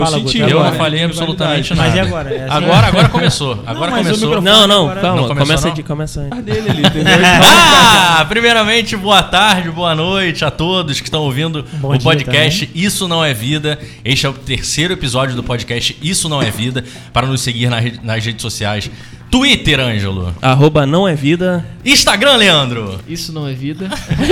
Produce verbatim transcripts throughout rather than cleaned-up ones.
Fala, senti, Guto, eu agora. não falei absolutamente nada. Mas e agora? É assim? Agora, agora começou. Agora Não, mas o começou. microfone- Não, não, agora- calma, Não começou, começa não? de começa aí. dele ali, entendeu? Ah, primeiramente, boa tarde, boa noite a todos que estão ouvindo Bom o dia podcast Isso Não É Vida. Este é o terceiro episódio do podcast Isso Não É Vida. Para nos seguir na rede- nas redes sociais. Twitter, Ângelo. Arroba não é vida. Instagram, Leandro. Isso não é vida.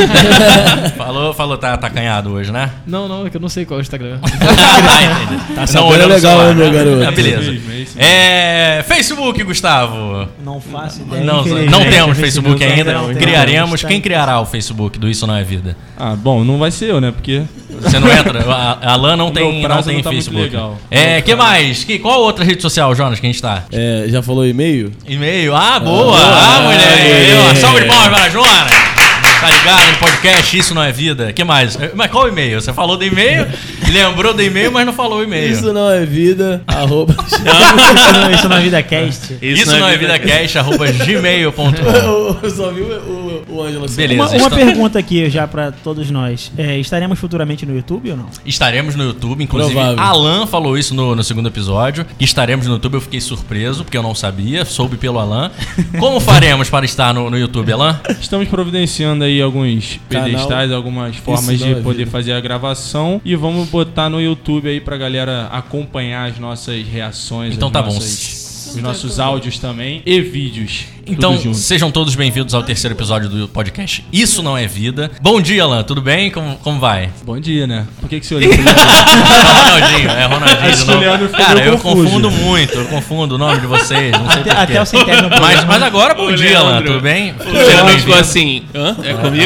Falou, falou, tá, tá acanhado hoje, né? Não, não, é que eu não sei qual é o Instagram. Ah, entendi. Tá sabendo legal, né, meu garoto? Ah, beleza. É, Facebook, Gustavo. Não faço ideia. Não, infelizmente. não temos Facebook ainda. não temos. Criaremos. Tá Quem em- criará o Facebook do Isso Não É Vida? Ah, bom, não vai ser eu, né? Porque Você não entra? A Alan não O tem, meu não prazo tem não tá muito Facebook. legal. É, Meu que prazo. mais? Que, qual outra rede social, Jonas, que a gente tá? é, já falou e-mail? E-mail. Ah, boa. Ah, Ah, mulher. é. Uma salva de palmas para a Jonas. Tá ligado no podcast Isso Não É Vida. Que mais? Mas qual e-mail? Você falou do e-mail, lembrou do e-mail, mas não falou o e-mail. Isso não é vida, arroba. Isso não- Isso na vida cast. Isso, não é vidacast, arroba gmail ponto com. Eu só vi o, o, o Ângelo assim. Beleza. Uma, uma está- pergunta aqui já pra todos nós. É, estaremos futuramente no YouTube ou não? Estaremos no YouTube, inclusive Provável. Alan falou isso no, no segundo episódio, que estaremos no YouTube. Eu fiquei surpreso, porque eu não sabia, soube pelo Alan. Como faremos para estar no, no YouTube, Alan? Estamos providenciando aí alguns Canal. pedestais, algumas formas Isso de não é poder vida. fazer a gravação e vamos botar no YouTube aí pra galera acompanhar as nossas reações, Então as tá bom. nossas- os nossos áudios também e vídeos. Então, tudo junto. sejam todos bem-vindos ao terceiro episódio do podcast Isso Não É Vida. Bom dia, Alan, tudo bem? Como, como vai? Bom dia, né? Por que, que você olhou pra mim? É Ronaldinho, é Ronaldinho. Acho de que o novo. Leandro ficou Cara, meio eu confuso. confundo muito, eu confundo o nome de vocês, não sei Até, porquê. até o centésimo Mas, programa. mas agora, bom Ô, dia, Alan, Leandro. tudo bem? O Seja Leandro bem-vindo. ficou assim, hã? É comigo?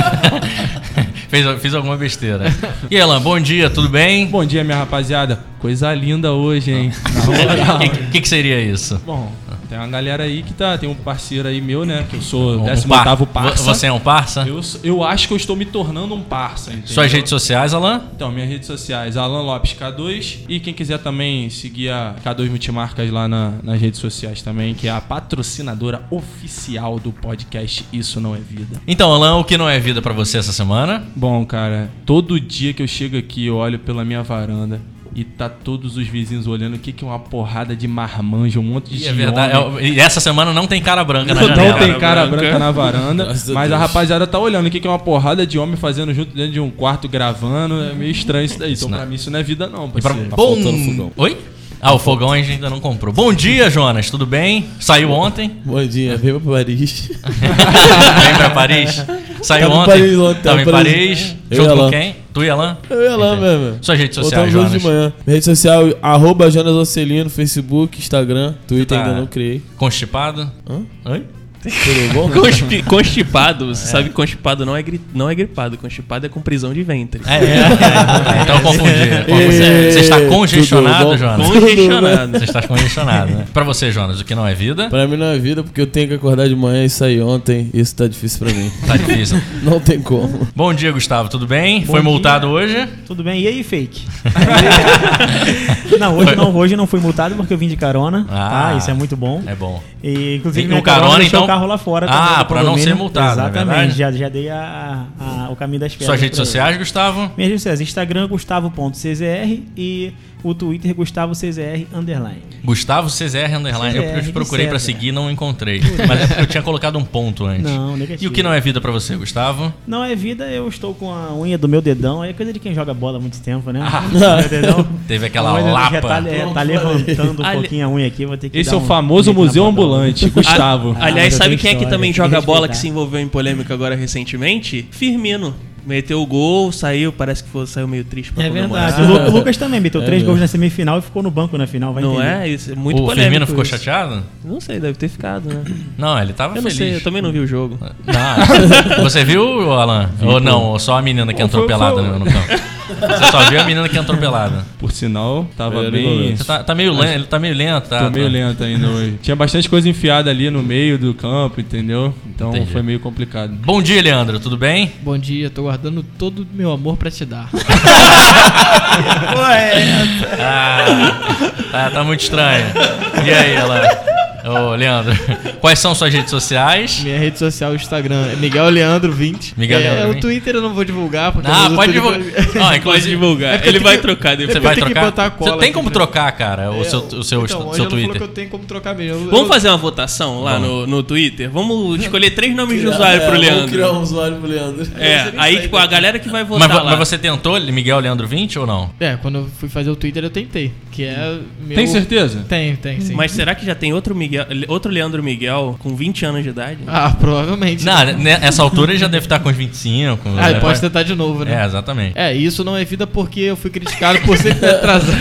É. Fiz, fiz alguma besteira. E aí, Alan, bom dia, tudo bem? Bom dia, minha rapaziada. Coisa linda hoje, hein? O que, que, que seria isso? Bom, tem uma galera aí que tá. Tem um parceiro aí meu, né? Que eu sou Um décimo par- oitavo parça. Você é um parça? Eu, sou- eu acho que eu estou me tornando um parça, entendeu? Suas redes sociais, Alan? Então, minhas redes sociais, Alan Lopes K dois. E quem quiser também seguir a K dois Multimarcas lá na- nas redes sociais também, que é a patrocinadora oficial do podcast Isso Não É Vida. Então, Alan, o que não é vida pra você essa semana? Bom, cara, todo dia que eu chego aqui, eu olho pela minha varanda e tá todos os vizinhos olhando o que, que é uma porrada de marmanjo, um monte de E é verdade. homem. é- E essa semana não tem cara branca na Não janela. tem cara branca. branca na varanda, Graças a mas a Deus. rapaziada tá olhando o que, que é uma porrada de homem fazendo junto dentro de um quarto gravando. É meio estranho isso daí. Então, não- pra mim, isso não é vida, não. E pra... parceiro. Tá Bom... faltando fogão. Oi? Ah, o fogão a gente ainda não comprou. Bom dia, Jonas, tudo bem? Saiu ontem? Bom dia, vem pra Paris. Vem pra Paris? Saiu Tava em ontem? Paris ontem, Tava em tava em Paris? Paris. Eu Junto e com Alan. quem? Tu e Alan? Eu ia lá Entendi. mesmo. Suas redes sociais, Voltamos hoje Jonas. de manhã. Minha rede social, arroba Jonas Ocelino, Facebook, Instagram, Twitter Tá. ainda não criei. Constipado? Hã? Oi? Tudo bom? Conspi- constipado, você sabe que constipado não é, gri- não é gripado, constipado é com prisão de ventre. É, é, é. Então eu confundi. eu confundi. Ei, Você está tudo congestionado, bom? Jonas? Congestionado. Você está congestionado, né? Pra você, Jonas, o que não é vida? Pra mim não é vida, porque eu tenho que acordar de manhã e sair ontem. Isso tá difícil pra mim. Tá difícil. Não tem como. Bom dia, Gustavo, tudo bem? Bom Foi dia. multado hoje? Tudo bem? E aí, fake? não, hoje não, hoje não fui multado porque eu vim de carona. Ah. tá? Isso é muito bom. É bom. E, inclusive, E minha o carona, carona deixou então- o carro lá fora. Ah, também do pra não condomínio. ser multado, não é Exatamente, verdade? já, já dei a, a- o caminho das pedras. Suas redes pra ele. sociais, Gustavo? Minhas redes sociais, Instagram, gustavo ponto c z r e o Twitter, Gustavo C Z R underline. Gustavo C Z R Underline. Eu, C Z R eu procurei de pra César. seguir e não encontrei. Mas é porque eu tinha colocado um ponto antes. Não, negativo. E o que não é vida pra você, Gustavo? Não é vida, eu estou com a unha do meu dedão. É coisa de quem joga bola há muito tempo, né? Ah. Meu dedão. Teve aquela A unha lapa. Já tá, é, tá levantando um Ali- pouquinho a unha aqui, vou ter que Esse dar é o um famoso clique na museu bola. ambulante, Gustavo. Ah, Aliás, mas eu sabe tenho quem é que história, também tem que joga bola respeitar. que se envolveu em polêmica agora recentemente? Firmino. Meteu o gol, saiu, parece que foi, saiu meio triste pra É comemorar. verdade. O Lu- o Lucas também meteu É três mesmo. gols na semifinal e ficou no banco na final, vai Não entender. é? Isso é muito o polêmico. Firmino ficou isso. chateado? Não sei, deve ter ficado, né? Não, ele tava Eu não feliz. sei, eu também não vi o jogo. Não. Você viu, Alan? Ou não? Ou só a menina que Ou entrou foi- pelada foi- no, no campo? Você só viu a menina que entrou pelada. Por sinal, tava Melhor bem... goleiro. Você tá, tá meio lento, ele tá meio lento, tá? Tô meio tá. lento ainda hoje. Tinha bastante coisa enfiada ali no meio do campo, entendeu? Então Entendi. foi meio complicado. Bom dia, Leandro, tudo bem? Bom dia, tô guardando todo o meu amor pra te dar. Ah, tá, tá muito estranho. E aí, Alan? Ô, Leandro, quais são suas redes sociais? Minha rede social, o Instagram é Miguel Leandro vinte. Miguel é, Leandro o vinte. Twitter eu não vou divulgar. Porque Ah, às vezes pode o Twitter- divulgar. Não, Pode inclusive, divulgar. É porque Ele eu vai tenho- trocar depois. você eu vai tenho que trocar? botar a cola Você tem aqui, como né? trocar, cara, o É, seu, o seu, então, o hoje seu ela falou Twitter? que eu tenho como trocar mesmo. Eu- Vamos eu- fazer uma votação lá no, no Twitter? Vamos escolher três nomes de É, usuário pro Vamos Leandro. criar um usuário pro Leandro. É, aí tipo, a galera que vai Mas, votar vo- lá. mas você tentou Miguel Leandro vinte ou não? É, quando eu fui fazer o Twitter eu tentei. Que é meu... Tem certeza? Tem, tem, sim. Mas será que já tem outro Miguel, outro Leandro Miguel com vinte anos de idade? Ah, provavelmente. Não, nessa altura ele já deve estar com uns vinte e cinco. Ah, né? eu posso tentar de novo, né? É, exatamente. É, isso não é vida porque eu fui criticado por sempre atrasar.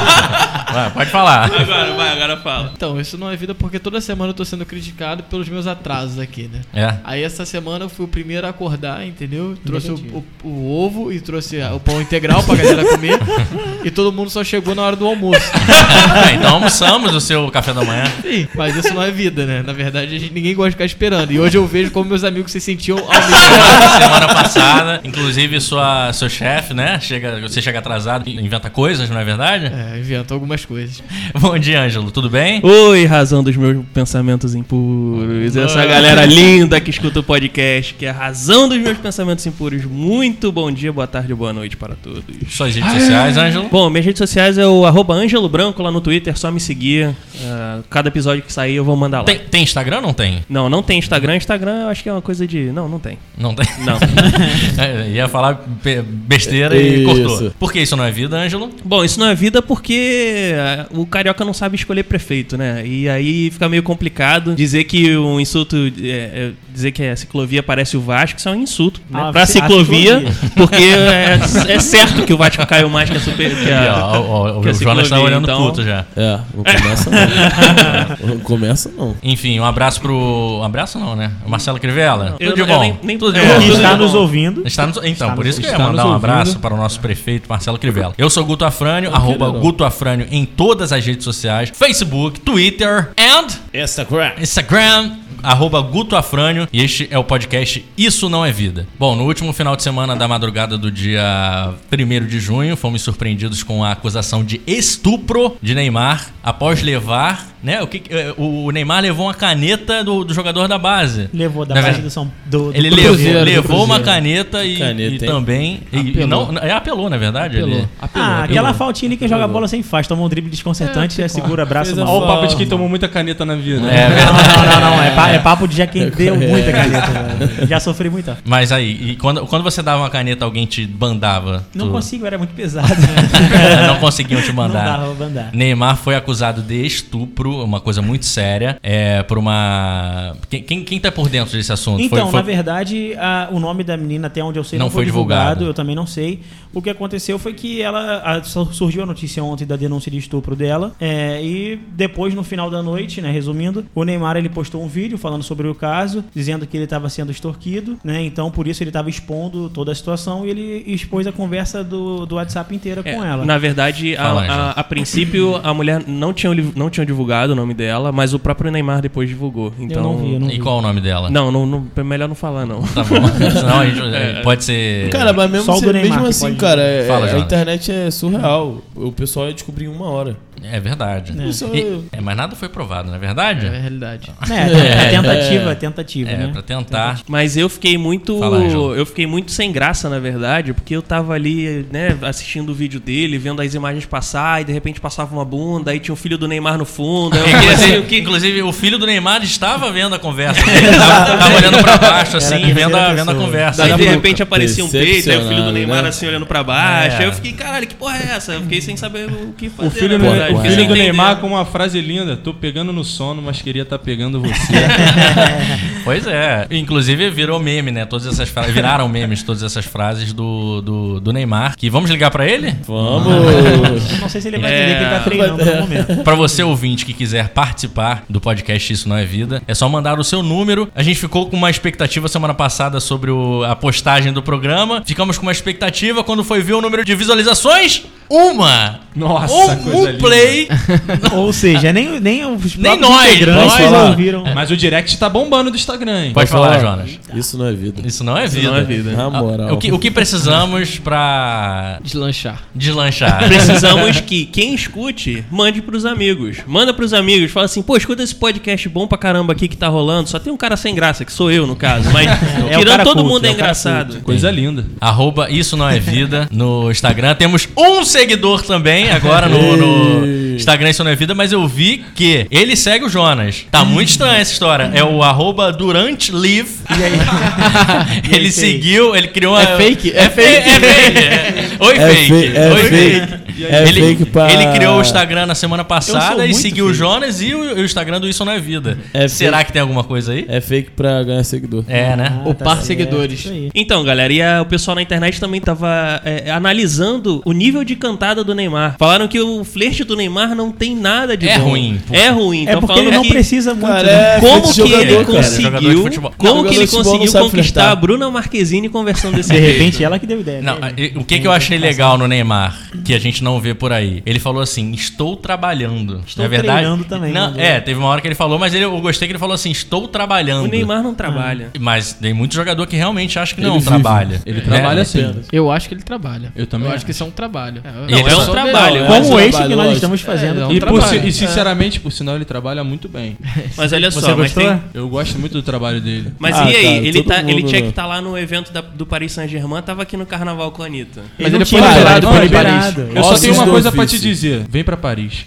Vai, pode falar. Agora, vai, agora fala. Então, isso não é vida porque toda semana eu tô sendo criticado pelos meus atrasos aqui, né? É. Aí essa semana eu fui o primeiro a acordar, entendeu? Trouxe o, Negativo. o- o ovo e trouxe a- o pão integral pra galera comer. E todo mundo só chegou na hora do almoço. Então almoçamos o seu café da manhã. Sim, mas isso não é vida, né? Na verdade, a gente, ninguém gosta de ficar esperando. E hoje eu vejo como meus amigos se sentiam ao me esperar. Semana passada, inclusive sua, seu chefe, né? Chega, você chega atrasado e inventa coisas, não é verdade? É, invento algumas coisas. Bom dia, Ângelo. Tudo bem? Oi, razão dos meus pensamentos impuros. Essa galera linda que escuta o podcast, que é a razão dos meus pensamentos impuros. Muito bom dia, boa tarde, boa noite para todos. Suas redes sociais, Ângelo? Bom, minhas redes sociais é o arroba Ângelo Branco lá no Twitter, só me seguir. Ah, cada episódio que sair eu vou mandar lá. Tem, tem Instagram ou não tem? Não, não tem Instagram. Instagram eu acho que é uma coisa de... Não, não tem. Não tem. Não. É, ia falar be- besteira e Isso. cortou. Por que isso não é vida, Ângelo? Bom, isso não é vida porque ah, o carioca não sabe escolher prefeito, né? E aí fica meio complicado dizer que um insulto... é, é, dizer que a ciclovia parece o Vasco, isso é um insulto, né? Ah, Pra a ciclovia, ciclovia. porque é, é certo que o Vasco caiu mais que a super... Que E, a, ó, ó, o que a Jonas tá ciclovia, olhando então. puto já. É, não começa não. Não começa não. Enfim, um abraço pro... Um abraço não, né? O Marcelo Crivella. Eu Tudo de não- eu bom. nem- nem- Tudo de é, bom. tudo Que está de nos bom. ouvindo. Está nos- então, Está por nos- isso que eu ia está mandar nos um ouvindo. abraço para o nosso prefeito Marcelo Crivella. Eu sou Guto Afrânio, arroba não. Guto Afrânio em todas as redes sociais, Facebook, Twitter and Instagram. Instagram, arroba Guto Afrânio, e este é o podcast Isso Não É Vida. Bom, no último final de semana da madrugada do dia primeiro de junho, fomos surpreendidos com a acusação de estupro de Neymar após levar, né, o que o Neymar levou uma caneta do, do jogador da base. Levou da Na base ver- do São do, do Ele Cruzeiro. levou, Cruzeiro, do levou uma Cruzeiro. caneta e, Caneta, e hein? também. E, e Apelou. não, é, apelou, na verdade. Apelou. Ele, Apelou, Ah, apelou. aquela faltinha ali que joga bola sem faz. Toma um drible desconcertante, é, segura, abraça Fez uma a Olha o bola. papo de quem tomou muita caneta na vida. É verdade. Não, não, não, não. É, pa- é papo de já quem deu muita caneta. velho. Já sofri muita. Mas aí, e quando, quando você dava uma caneta, alguém te bandava? Não Tu- consigo, era muito pesado. não conseguiam te Não mandar. dava pra bandar. Neymar foi acusado de estupro, uma coisa muito séria, é, por uma... Quem, quem, quem tá por dentro desse assunto? Então, foi, foi... na verdade, a- o nome da menina, até onde eu sei, Não não, foi foi divulgado. divulgado. Eu também não sei. O que aconteceu foi que ela a- su- surgiu a notícia ontem da denúncia de estupro dela. é, e depois, no final da noite, né, resumindo, o Neymar ele postou um vídeo falando sobre o caso, dizendo que ele estava sendo extorquido, né? Então, por isso ele estava expondo toda a situação e ele expôs a conversa do, do WhatsApp inteira É, com ela. Na verdade, a, Fala, a, Ângelo. a princípio, a mulher não tinha, liv- não tinha divulgado o nome dela, mas o próprio Neymar depois divulgou. Então, não vi, eu não E qual é o nome dela? Não, não, não, é melhor não falar, não. Tá bom. Senão a gente, É. pode ser... Cara, mas mesmo, Só o se- do Neymar mesmo que assim, pode- cara, é- Fala, a Jonas. internet é surreal. O pessoal ia descobrir em uma hora. É verdade. É. Isso E- é, mas nada foi provado, não é verdade? É a realidade. É, é tentativa, é tentativa, É, né? pra tentar. Mas eu fiquei muito. Fala, Ângelo. eu fiquei muito sem graça, na verdade, porque eu tava ali, né, assistindo o vídeo dele, vendo as imagens passar, e de repente passava uma bunda, aí tinha o filho do Neymar no fundo. Aí eu fiquei assim, Inclusive, que, inclusive, o filho do Neymar estava vendo a conversa dele. Tava, tava olhando pra baixo, assim, terceira vendo a, vendo a pessoa. conversa. Aí de Daqui a repente aparecia um peito, aí o filho do Decepcionado, Neymar né? assim olhando pra baixo. É. Aí eu fiquei, caralho, que porra é essa? Eu fiquei sem saber o que fazer. O filho, na do, verdade. o Fiquei filho sem do entender. Neymar com uma frase linda: tô pegando no sono, mas queria estar pegando você. Pois é. Inclusive virou meme, né? Todas essas frases, viraram memes todas essas frases do, do, do Neymar. Que vamos ligar pra ele? Vamos! Eu não sei se ele vai entender que ele tá treinando no momento. Pra você ouvinte que quiser participar do podcast Isso Não É Vida, é só mandar o seu número. A gente ficou com uma expectativa semana passada sobre o- a postagem do programa. Ficamos com uma expectativa quando foi ver o número de visualizações. uma. Nossa, um, coisa um linda. play. Ou seja, nem, nem os Nem próprios nós, integrantes nós. ouviram. Mas o direct tá bombando do Instagram, hein? Pode falar, Jonas. Isso não é vida. Isso não é vida. Isso não é vida. Na moral. O que, o que precisamos pra Deslanchar. deslanchar? Precisamos que quem escute, mande pros amigos. Manda pros amigos, fala assim, pô, escuta esse podcast bom pra caramba aqui que tá rolando. Só tem um cara sem graça, que sou eu, no caso. Mas o tirando cara todo culto, mundo é é o cara engraçado. Coisa linda. Arroba Isso Não É Vida no Instagram. Temos um seguidor também agora no, no Instagram Isso Não É Vida, mas eu vi que ele segue o Jonas. Tá muito estranha essa história. É o arroba Durante Live. E aí? Ele seguiu, ele criou uma... É fake? É fake. É fake. É. Oi, É fake. fe- é Oi, fake. É ele, fake pra- ele criou o Instagram na semana passada e muito seguiu o fake. Jonas e o, o Instagram do Isso Não É Vida. É Será fake. que tem alguma coisa aí? É fake pra ganhar seguidor. É, né? O par certo, seguidores. isso aí. Então, galera, e a- o pessoal na internet também tava é, analisando o nível de cantada do Neymar. Falaram que o flerte do Neymar não tem nada de É bom. ruim, pô. É ruim. É Então porque falando ele não que precisa muito. Cara, né? é como feito que ele jogador, cara. Jogador de conseguiu, futebol. como Não, que jogador ele de futebol não conseguiu sabe conquistar flertar. a Bruna Marquezine conversando desse De jeito. repente, ela que deu ideia. Não, né? e- o que, que eu achei legal no Neymar, que a gente não vê por aí? Ele falou assim, estou trabalhando. Estou Na verdade, treinando também, Não, mandou. é, teve uma hora que ele falou, mas ele, eu gostei que ele falou assim, estou trabalhando. O Neymar não trabalha. Mas tem muito jogador que realmente acha que não Ele vive. trabalha. Ele né? trabalha sim. Eu acho que ele trabalha. Eu também Eu acho acho. que isso é um trabalho. E ele é um só ver- trabalho. Não, Mas Como o este que trabalho, nós lógico. estamos fazendo. É, é um E, por, trabalho. si- e sinceramente, por sinal, ele trabalha muito bem. Mas olha Você só, mas, gostou? tem, Eu gosto muito do trabalho dele. mas Ah, e aí? cara, ele, todo tá, ele mundo- tinha que estar lá no evento da- do Paris Saint-Germain, tava aqui no carnaval com a Anitta. Mas não ele tinha foi liberado, liberado foi pra liberado. Paris. Eu só Ossos tenho uma do coisa pra te ofício. dizer. Vem pra Paris.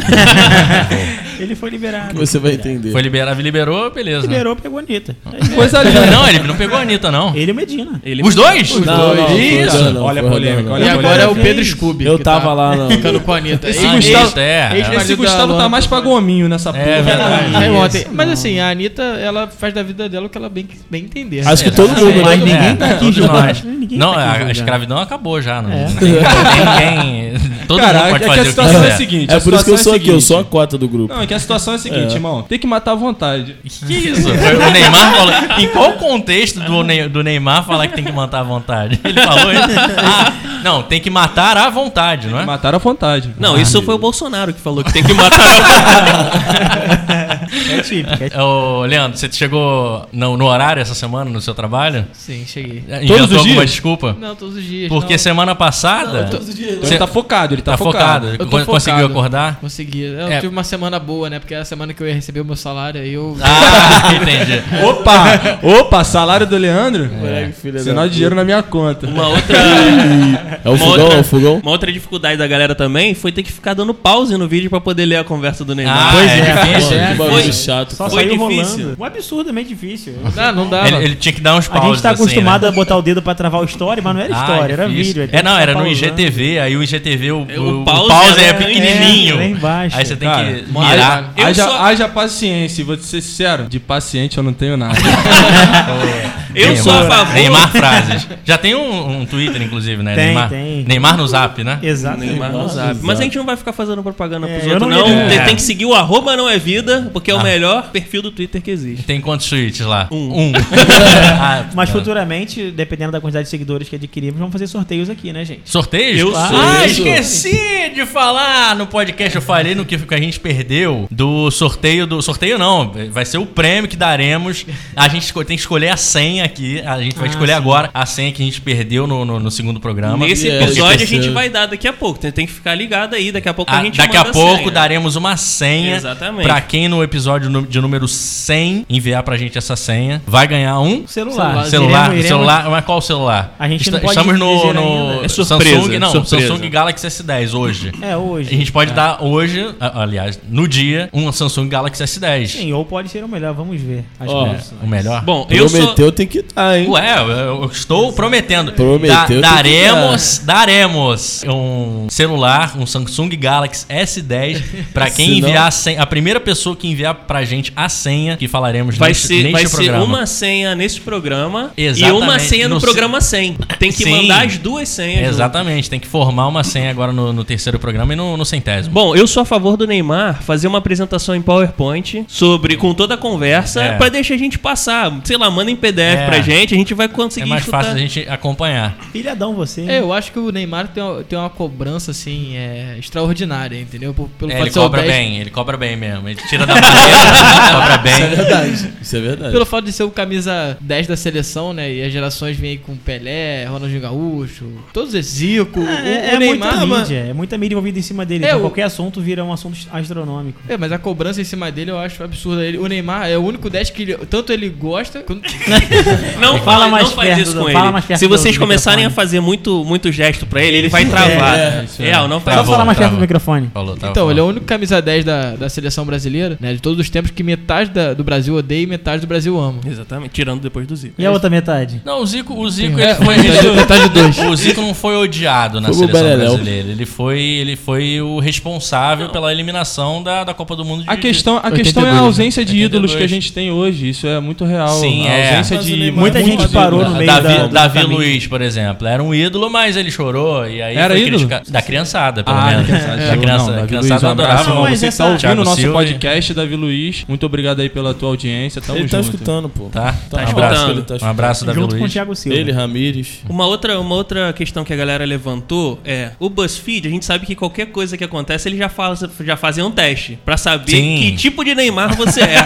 Ele foi liberado. Você vai entender. Foi liberado, liberou, beleza. Liberou, pegou a Anitta. Coisa linda. Não, ele não pegou a Anitta, não. Ele e o Medina. Ele Os dois? Não, não, não, Isso. não, não, Olha a foi polêmica, não, não. olha E a agora é o polêmica. Pedro Scooby. Eu que tava tá lá, não. ficando com a Anitta. Esse Ah, Gustavo, isso, é. ex-marido esse da Gustavo tá Luana. mais pra gominho nessa porra. É verdade. Aí ontem. Mas assim, a Anitta, ela faz da vida dela o que ela bem, bem entender. Acho que todo mundo, Mas né? ninguém tá aqui todos julgando. nós. Ninguém Não, tá aqui a, a julgando. escravidão acabou já. Não, É. ninguém, todo Cara, mundo pode é que fazer a o que situação é a quiser. seguinte. É a por isso que eu situação sou é a aqui, eu seguinte. sou a cota do grupo. Não, é que a situação é a seguinte, É. irmão. Tem que matar à vontade. Que isso? Foi o Neymar falou. Em qual contexto do, Ney- do Neymar falar que tem que matar à vontade? Ele falou isso? Ah, não, tem que matar à vontade, não é? Matar à vontade. Não, isso foi o Bolsonaro que falou que tem que matar. É típico. É Ô, Leandro, você chegou no, no horário essa semana no seu trabalho? Sim, cheguei. Inventou os alguma dias? desculpa? Não, todos os dias. Porque não. semana passada. Então ele tá focado, ele tá, Tá focado. Eu tô Con- Conseguiu focado. acordar? Consegui. Eu É. tive uma semana boa, né? Porque era a semana que eu ia receber o meu salário. Aí eu. Ah, entendi. Opa! Opa, salário do Leandro? Moleque, filha Sinal da de dinheiro na minha conta. Uma outra, É o uma fogão, outra- é o fogão? uma outra dificuldade da galera também foi ter que ficar dando pause no vídeo pra poder ler a conversa do Neymar. Ah, Pois é, é, difícil. é. Que bagulho Foi. chato. Só Foi saiu difícil. rolando. Um absurdamente difícil. Ah, não dava. Ele, ele tinha que dar uns A pauses. gente tá assim, acostumado né? a botar o dedo pra travar o story, mas não era Ah, história, era difícil. vídeo. aí tem É, que não, ficar era no pausando. I G T V, aí o I G T V, o, o, o pause pause, é era- pequenininho. é, lá embaixo. Aí você tem Cara, que mas- mirar. Eu haja, sou- haja paciência, e vou te ser sincero, de paciente eu não tenho nada. Eu Neymar, sou a favor. Neymar frases. Já tem um, um Twitter, inclusive, né? Tem, Neymar, tem. Neymar no Zap, né? Exato. Neymar no Nossa, Zap. exato. Mas a gente não vai ficar fazendo propaganda É, pros eu outros, não não. ia- Tem, É. tem que seguir o arroba não é vida, porque é o Ah. melhor perfil do Twitter que existe. Tem quantos tweets lá? Um. Um. Ah, Mas ah. futuramente, dependendo da quantidade de seguidores que adquirirmos, vamos fazer sorteios aqui, né, gente? Sorteios? Eu ah, sou. Ah, Isso. esqueci de falar no podcast. Eu falei no que a gente perdeu do sorteio do. Sorteio não, vai ser o prêmio que daremos. A gente esco- tem que escolher a senha aqui. A gente vai Ah, escolher sim. agora a senha que a gente perdeu no, no, no segundo programa. Nesse É, episódio a terceiro. gente vai dar daqui a pouco. Tem, tem que ficar ligado aí. Daqui a pouco a Ah, gente daqui a manda pouco senha. daremos uma senha Exatamente. pra quem no episódio nu- de número cem enviar pra gente essa senha. Vai ganhar um Celular. celular. Iremos- celular, mas qual celular? A gente Esta- não pode Estamos no, dizer no ainda. É surpresa, Samsung, não, surpresa. Samsung Galaxy S dez hoje. É, hoje. A gente pode dar hoje, a- aliás, no dia, um Samsung Galaxy S dez. Sim, ou pode ser o melhor, vamos ver. As Ó, coisas. O melhor? Bom, eu sou... Prometeu, tem que dar, hein? Ué, eu, eu estou prometendo. Prometeu, tem que daremos, daremos um celular, um Samsung Galaxy S dez, pra quem Se não- enviar a senha. A primeira pessoa que enviar pra gente a senha que falaremos Vai neste, ser, neste vai ser programa. uma senha nesse programa Exatamente. e uma senha no, No programa cem. Tem que Sim. mandar as duas senhas. Exatamente, tem que formar uma senha agora no, no terceiro programa e no, no centésimo. Bom, eu sou a favor do Neymar fazer uma apresentação em PowerPoint sobre com toda a conversa É. pra deixar a gente passar. Sei lá, manda em P D F É. pra gente, a gente vai É conseguir mais escutar. fácil a gente acompanhar. Pilhadão você. hein? Eu eu acho que o Neymar tem uma, tem uma cobrança, assim, é, extraordinária, entendeu? Por, pelo É, fato ele de ser o cobra dez bem, ele cobra bem mesmo. Ele tira da madeira, cobra bem. Isso é verdade. Isso é verdade. Pelo fato de ser o camisa dez da seleção, né? E as gerações vêm aí com Pelé, Ronaldinho Gaúcho, todos esses, Zico, o, É, o é Neymar... muita mas- mídia, é muita mídia envolvida em cima dele. É, então o- qualquer assunto vira um assunto astronômico. É, mas a cobrança em cima dele eu acho absurda. Ele, o Neymar é o único dez que ele, tanto ele gosta... quanto- Não Fala fala mais não faz perto isso do- com fala ele. mais perto Se do- vocês do começarem microfone. a fazer muito, muito gesto pra ele, ele vai travar. É, isso é. Real, não faz Só Travou, falar mais perto travou. do microfone. Falou, tá Então, falando. ele é o único camisa dez da, da seleção brasileira, né? De todos os tempos que metade da- do Brasil odeia e metade do Brasil ama. Exatamente, tirando depois do Zico. E a outra metade? Não, o Zico, o Zico É, ele foi. Metade, metade dois. O Zico não foi odiado na Foi o seleção Beleléu. brasileira. Ele foi, ele foi o responsável pela eliminação da, da Copa do Mundo de A questão, a oitenta e questão é a dois, né? ausência de oitenta e ídolos dois. que a gente tem hoje. Isso é muito real. Sim, a é. ausência Mas o de Neymar- Muita muito gente ídolo. parou no meio Davi, da, do Davi caminho. Luiz, por exemplo, era um ídolo, mas ele chorou e aí Era foi ídolo? criticado. Da criançada, pelo Ah, menos. da criançada. Da criança, Não, da Davi criançada Luiz, um abraço, adorava. irmão. mas Você que essa- tá ouvindo Thiago o nosso Silva. podcast, Davi Luiz. Muito obrigado aí pela tua audiência. Tamo Ele junto. tá escutando, pô. Tá? Tá um escutando. abraço, Ele tá um abraço Davi Junto com o Luiz. Thiago Silva. Ele, Ramires. Uma outra, uma outra questão que a galera levantou é o BuzzFeed. A gente sabe que qualquer coisa que acontece, eles já, faz, já fazem um teste pra saber Sim. que tipo de Neymar você é.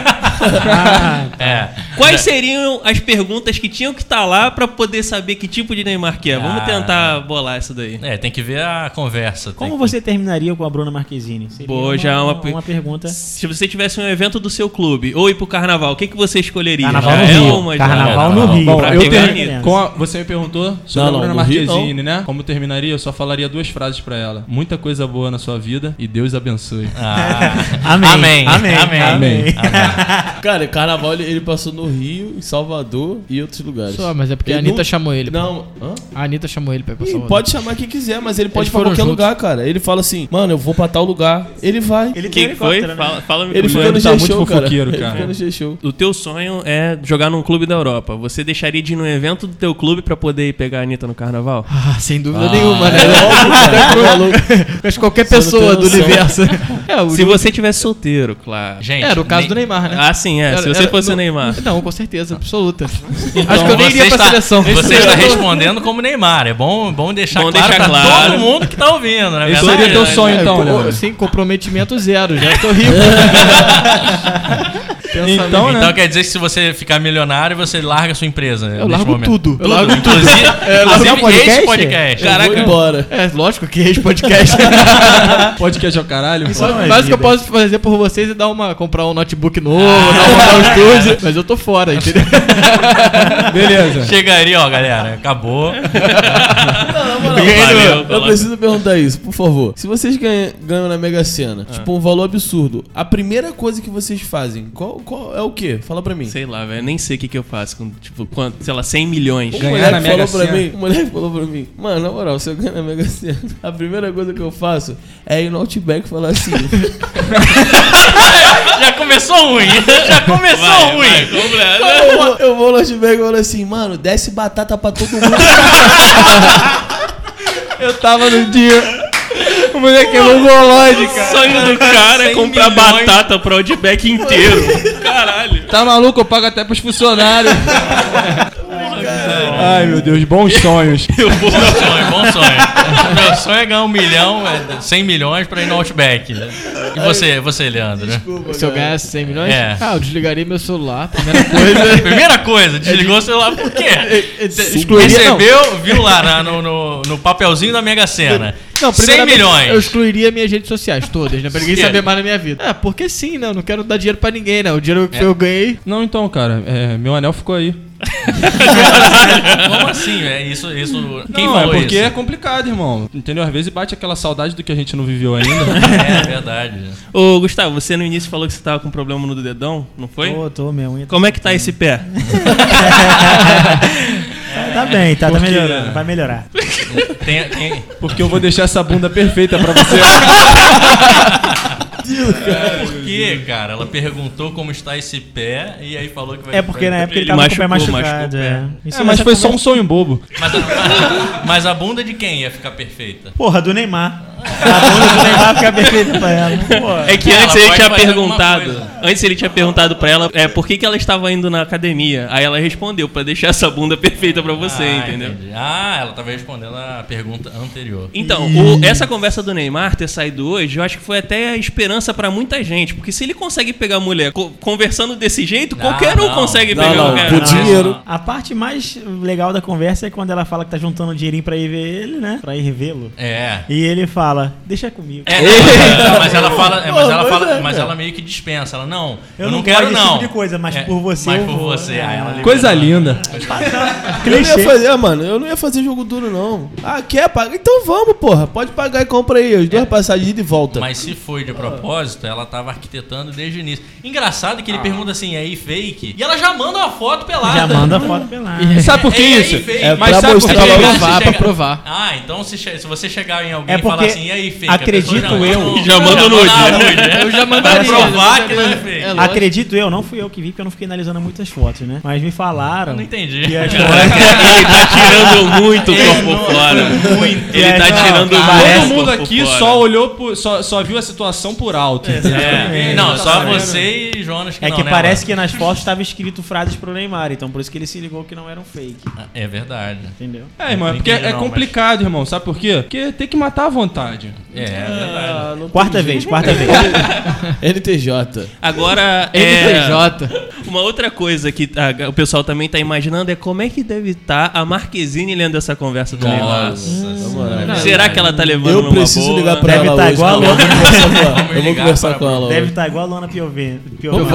Ah, É. Quais seriam as perguntas que tinham que estar lá pra poder saber que tipo de Neymar que é? Vamos Ah. tentar bolar isso daí. É, tem que ver a conversa. como tem você terminaria com a Bruna Marquezine? Seria Boa, já é uma uma, pe- uma pergunta. Se você tivesse um evento do seu clube ou ir pro carnaval, o que, que você escolheria? Carnaval Já no é Rio. uma- Carnaval no Bom, Rio. Bom, pra eu pegar ter- a com a- você me perguntou sobre Não, a não, Bruna no Rio, Marquezine, né? Como terminaria? Eu só falaria duas frases pra ela. Muita coisa boa na sua vida e Deus abençoe. Ah. Amém. Amém. Amém. Amém. Amém. Cara, carnaval ele, ele passou no Rio, em Salvador e outros lugares. Só, mas é porque a Ele Anitta não- chamou ele. Não, hã? A Anitta chamou ele pra ir pra Ih, Salvador. pode chamar quem quiser, mas ele pode Eles ir pra foram qualquer juntos. lugar, cara. Ele fala assim, mano, eu vou pra tal lugar. Ele vai. Ele tem Quem foi? helicóptero, né? Fala, fala Ele O fica Leandro no tá muito G-Show, cara. fofoqueiro, Ele cara. fica no G-Show. O teu sonho é jogar num clube da Europa. Você deixaria de ir num evento do teu clube pra poder ir pegar a Anitta no carnaval? Ah, sem dúvida Ah, nenhuma, né? é óbvio, cara. Tá maluco. Acho que qualquer Você não pessoa tem do noção. universo. É, o Se você tivesse solteiro, claro. Gente, Era o caso nem- do Neymar, né? Ah, sim, é. Se Era- você era- fosse o não- Neymar. Não, com certeza, absoluta. Então, Acho que eu nem você iria pra está, seleção. Você está respondendo como Neymar. É bom, bom deixar Bom claro deixar pra claro. todo mundo que tá ouvindo, né? Esse Verdade? seria teu sonho, É, então, co- Leandro. Sim, comprometimento zero. Já tô rico. Pensamento. Então, né? Então quer dizer que se você ficar milionário, você larga a sua empresa. Eu neste largo momento. tudo. Eu Tudo, largo tudo. inclusive, largo inclusive o podcast? esse podcast. Eu vou embora. É, lógico que esse podcast. Podcast é o caralho. pô. Não é Mas o que eu vida. posso fazer por vocês é dar uma, comprar um notebook novo, dar uma um estúdio. Mas eu tô fora, entendeu? Beleza. Chegaria, ó, galera. Acabou. Valeu, Eu valeu. preciso perguntar isso, por favor. Se vocês ganham, ganham na Mega Sena, tipo, um valor absurdo, a primeira coisa que vocês fazem, qual, qual é o quê? Fala pra mim. Sei lá, velho. Nem sei o que, que eu faço com, tipo, quanto, sei lá, cem milhões. Um Ganhar moleque na Mega falou pra Sena. mim, um moleque falou pra mim, mano, na moral, se eu ganhar na Mega Sena, a primeira coisa que eu faço é ir no Outback e falar assim, Já começou ruim. Já começou Vai, ruim. vai, completa. eu, vou, eu vou no Outback e falo assim, mano, desce batata pra todo mundo. Eu tava no dia. O moleque é mongolóide, O cara. sonho do cara é cem comprar milhões. batata pro Outback inteiro. Caralho. Tá maluco? Eu pago até pros funcionários. Ai, meu Deus, bons sonhos. Bom sonho, bom sonho. Meu sonho é ganhar um milhão, é, cem milhões pra ir no Outback. Né? E você, você, Leandro? Né? Se eu ganhasse cem milhões, É. ah, eu desligaria meu celular. Primeira coisa. Primeira coisa, desligou o celular por quê? Excluiria. Não, Recebeu, viu lá na- no, no, no papelzinho da Mega Sena. não, cem primeiramente, milhões. Eu excluiria minhas redes sociais todas, né? Pra ninguém Por quê? saber mais da minha vida. É, porque sim, né? Eu não quero dar dinheiro pra ninguém, né? O dinheiro que eu ganhei. Não, então, cara, é, meu anel ficou aí. Como assim? É isso, isso. Quem não, falou é porque isso? é complicado, irmão. Entendeu? Às vezes bate aquela saudade do que a gente não viveu ainda. É verdade. Ô, Gustavo, você no início falou que você tava com problema no dedão, não foi? Tô, tô, minha unha. tá- Como é que tá esse pé? Tá bem, tá, tá Porque- melhorando. Vai melhorar. Tem, tem- Porque eu vou deixar essa bunda perfeita pra você. sentido, cara. Por quê, cara? Ela perguntou como está esse pé e aí falou que vai... É porque na vai- época ele tava com o pé machucou, machucado. machucou o É. pé. Isso É, mas nessa foi só um conversa- sonho bobo. Mas a, mas a bunda de quem ia ficar perfeita? Porra, do Neymar. A bunda do Neymar fica perfeita pra ela. Porra. É que Ela antes ele pode tinha fazer alguma perguntado. coisa. Antes ele tinha perguntado pra ela é, por que, que ela estava indo na academia. Aí ela respondeu, pra deixar essa bunda perfeita pra você, Ah, entendeu? entendi. Ah, ela tava respondendo a pergunta anterior. Então, o- essa conversa do Neymar ter saído hoje, eu acho que foi até a esperança pra muita gente. Porque se ele consegue pegar a mulher co- conversando desse jeito, Não, qualquer um não. consegue Não, pegar não, o cara. por dinheiro. A parte mais legal da conversa é quando ela fala que tá juntando dinheirinho pra ir ver ele, né? Pra ir vê-lo. É. E ele fala, deixa comigo. É, não, mas ela fala, é, mas Pô, ela pois fala, é, mas cara. ela meio que dispensa. Ela não, eu, Eu não, não quero gosto desse não. tipo de coisa, mas É, por você Mas eu por vou. você. É. Aí ela Coisa libera. linda. Eu não ia Clichê. fazer, mano, eu não ia fazer jogo duro, não. Ah, quer pagar? Então vamos, porra. Pode pagar e compra aí. As duas passagens de ida e volta. Mas se foi de propósito, ela tava arquitetando desde o início. Engraçado que ele pergunta assim, é aí fake? E ela já manda uma foto pelada. Já manda foto pelada. Sabe por que É, é, isso? é fake. É Mas pra sabe por mostrar quê? logo- Pra provar, Se pra chega- provar. Ah, então se, che- se você chegar em alguém É e falar porque assim, e aí, fake? acredito A pessoa, não, eu- não, Já manda não, nude, não, né? né? Eu já Pra mandaria. provar eu que não é mandaria. fake. É lógico. Acredito eu, não fui eu que vi, porque eu não fiquei analisando muitas fotos, né? Mas me falaram Eu não entendi. que as Ele tá tirando muito o Ele corpo não- fora. muito. Ele tá Não, tirando cara, muito Todo o mundo corpo aqui fora. só olhou, por, só, só viu a situação por alto. É. Não, Tá só sabendo? você e Jonas que É não, que né, parece Alan? que nas fotos estava escrito frases pro Neymar, então por isso que ele se ligou que não eram fake, É verdade. entendeu? É, irmão, é Não porque entendi é não, complicado, irmão. Sabe por quê? Porque tem que matar à vontade. É, é verdade. Ah, não tem Quarta vez, jeito. quarta vez. N T J. Agora, N T é, J. uma outra coisa que a- o pessoal também tá imaginando é como é que deve estar a Marquezine lendo essa conversa do Neymar. Nossa. Não, Será que ela tá levando Eu numa preciso boa? ligar pra Deve ela tá hoje. igual a Eu vou Luana. conversar com ela. Vamos Eu vou ligar conversar pra- com ela Deve hoje. estar igual a Luana Piovani. Vamos,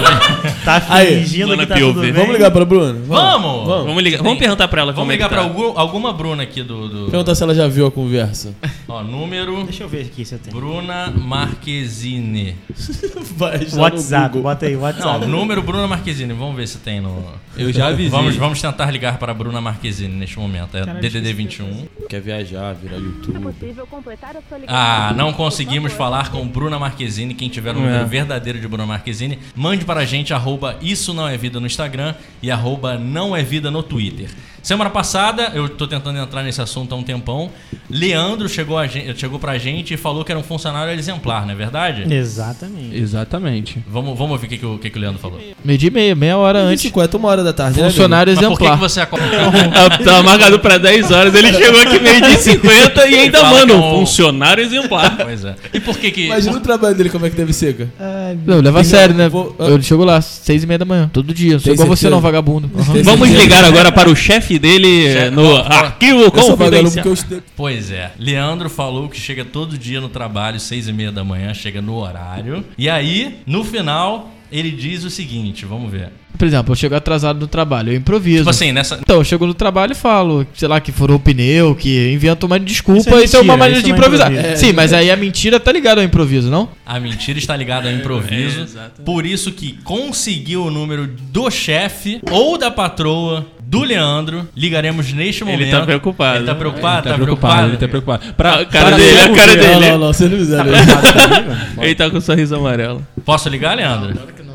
Tá Aí, fingindo Luana que tá tudo Piovani. bem. Vamos ligar pra Bruna? Vamos! Vamos. Vamos ligar, vamos perguntar pra ela Vamos como ligar é que pra tá. algum- alguma Bruna aqui do... do- Perguntar se ela já viu a conversa. Ó, número... Deixa eu ver aqui se eu tenho. Bruna Marquezine. Vai já no WhatsApp, Google. bota aí, WhatsApp. Não, número Bruna Marquezine. Vamos ver se tem no... Eu já avisei. Vamos, vamos tentar ligar para a Bruna Marquezine neste momento. É Caralho, D D D vinte e um. Quer viajar, virar YouTube. possível completar a sua ligação. Ah, não conseguimos falar com Bruna Marquezine. Quem tiver o número É. verdadeiro de Bruna Marquezine, mande para a gente arroba Isso Não É Vida no Instagram e arroba Não É Vida no Twitter. Semana passada, eu tô tentando entrar nesse assunto há um tempão, Leandro chegou, a gente, chegou pra gente e falou que era um funcionário exemplar, não é verdade? Exatamente. Exatamente. Vamos, vamos ouvir o que, que, o, que, que o Leandro falou. Meio dia e meia, meia hora antes. cinquenta, uma hora da tarde. né, Funcionário Mas por que, que exemplar. você acorda? Ah, Tava marcado pra dez horas, ele chegou aqui meio de cinquenta e ainda Fala manda que é um um- funcionário exemplar. Pois é. E por que que... amigo? Imagina o trabalho dele, como é que deve ser, cara. Não, leva a sério, né? Vou- Eu chego lá, seis e meia da manhã, todo dia. Não sou Tem igual você certeza? não, vagabundo. Aham. Tem Vamos certeza? ligar agora para o chefe dele Chefe, no ó, ó. arquivo Eu sou vagabundo confidencial. porque eu estudei. Pois é, Leandro falou que chega todo dia no trabalho, seis e meia da manhã, chega no horário. E aí, no final, ele diz o seguinte, vamos ver. Por exemplo, eu chego atrasado no trabalho, eu improviso. Tipo assim, nessa... Então, eu chego no trabalho e falo, sei lá, que furou o pneu, que invento uma desculpa, Isso é isso é, uma mentira, maneira isso de não é improvisar. improviso. É, Sim, mas aí a mentira tá ligada ao improviso, não? A mentira está ligada ao improviso. É, exatamente. Por isso que conseguiu o número do chefe ou da patroa do Leandro. Ligaremos neste Ele momento. tá preocupado. Ele tá preocupado, Tá preocupado, ele tá preocupado. Pra, A cara pra dele, ser a cara o quê? dele. Não, não, não, vocês não fizeram isso. Ele tá com um sorriso amarelo. Posso ligar, Leandro? Claro que não.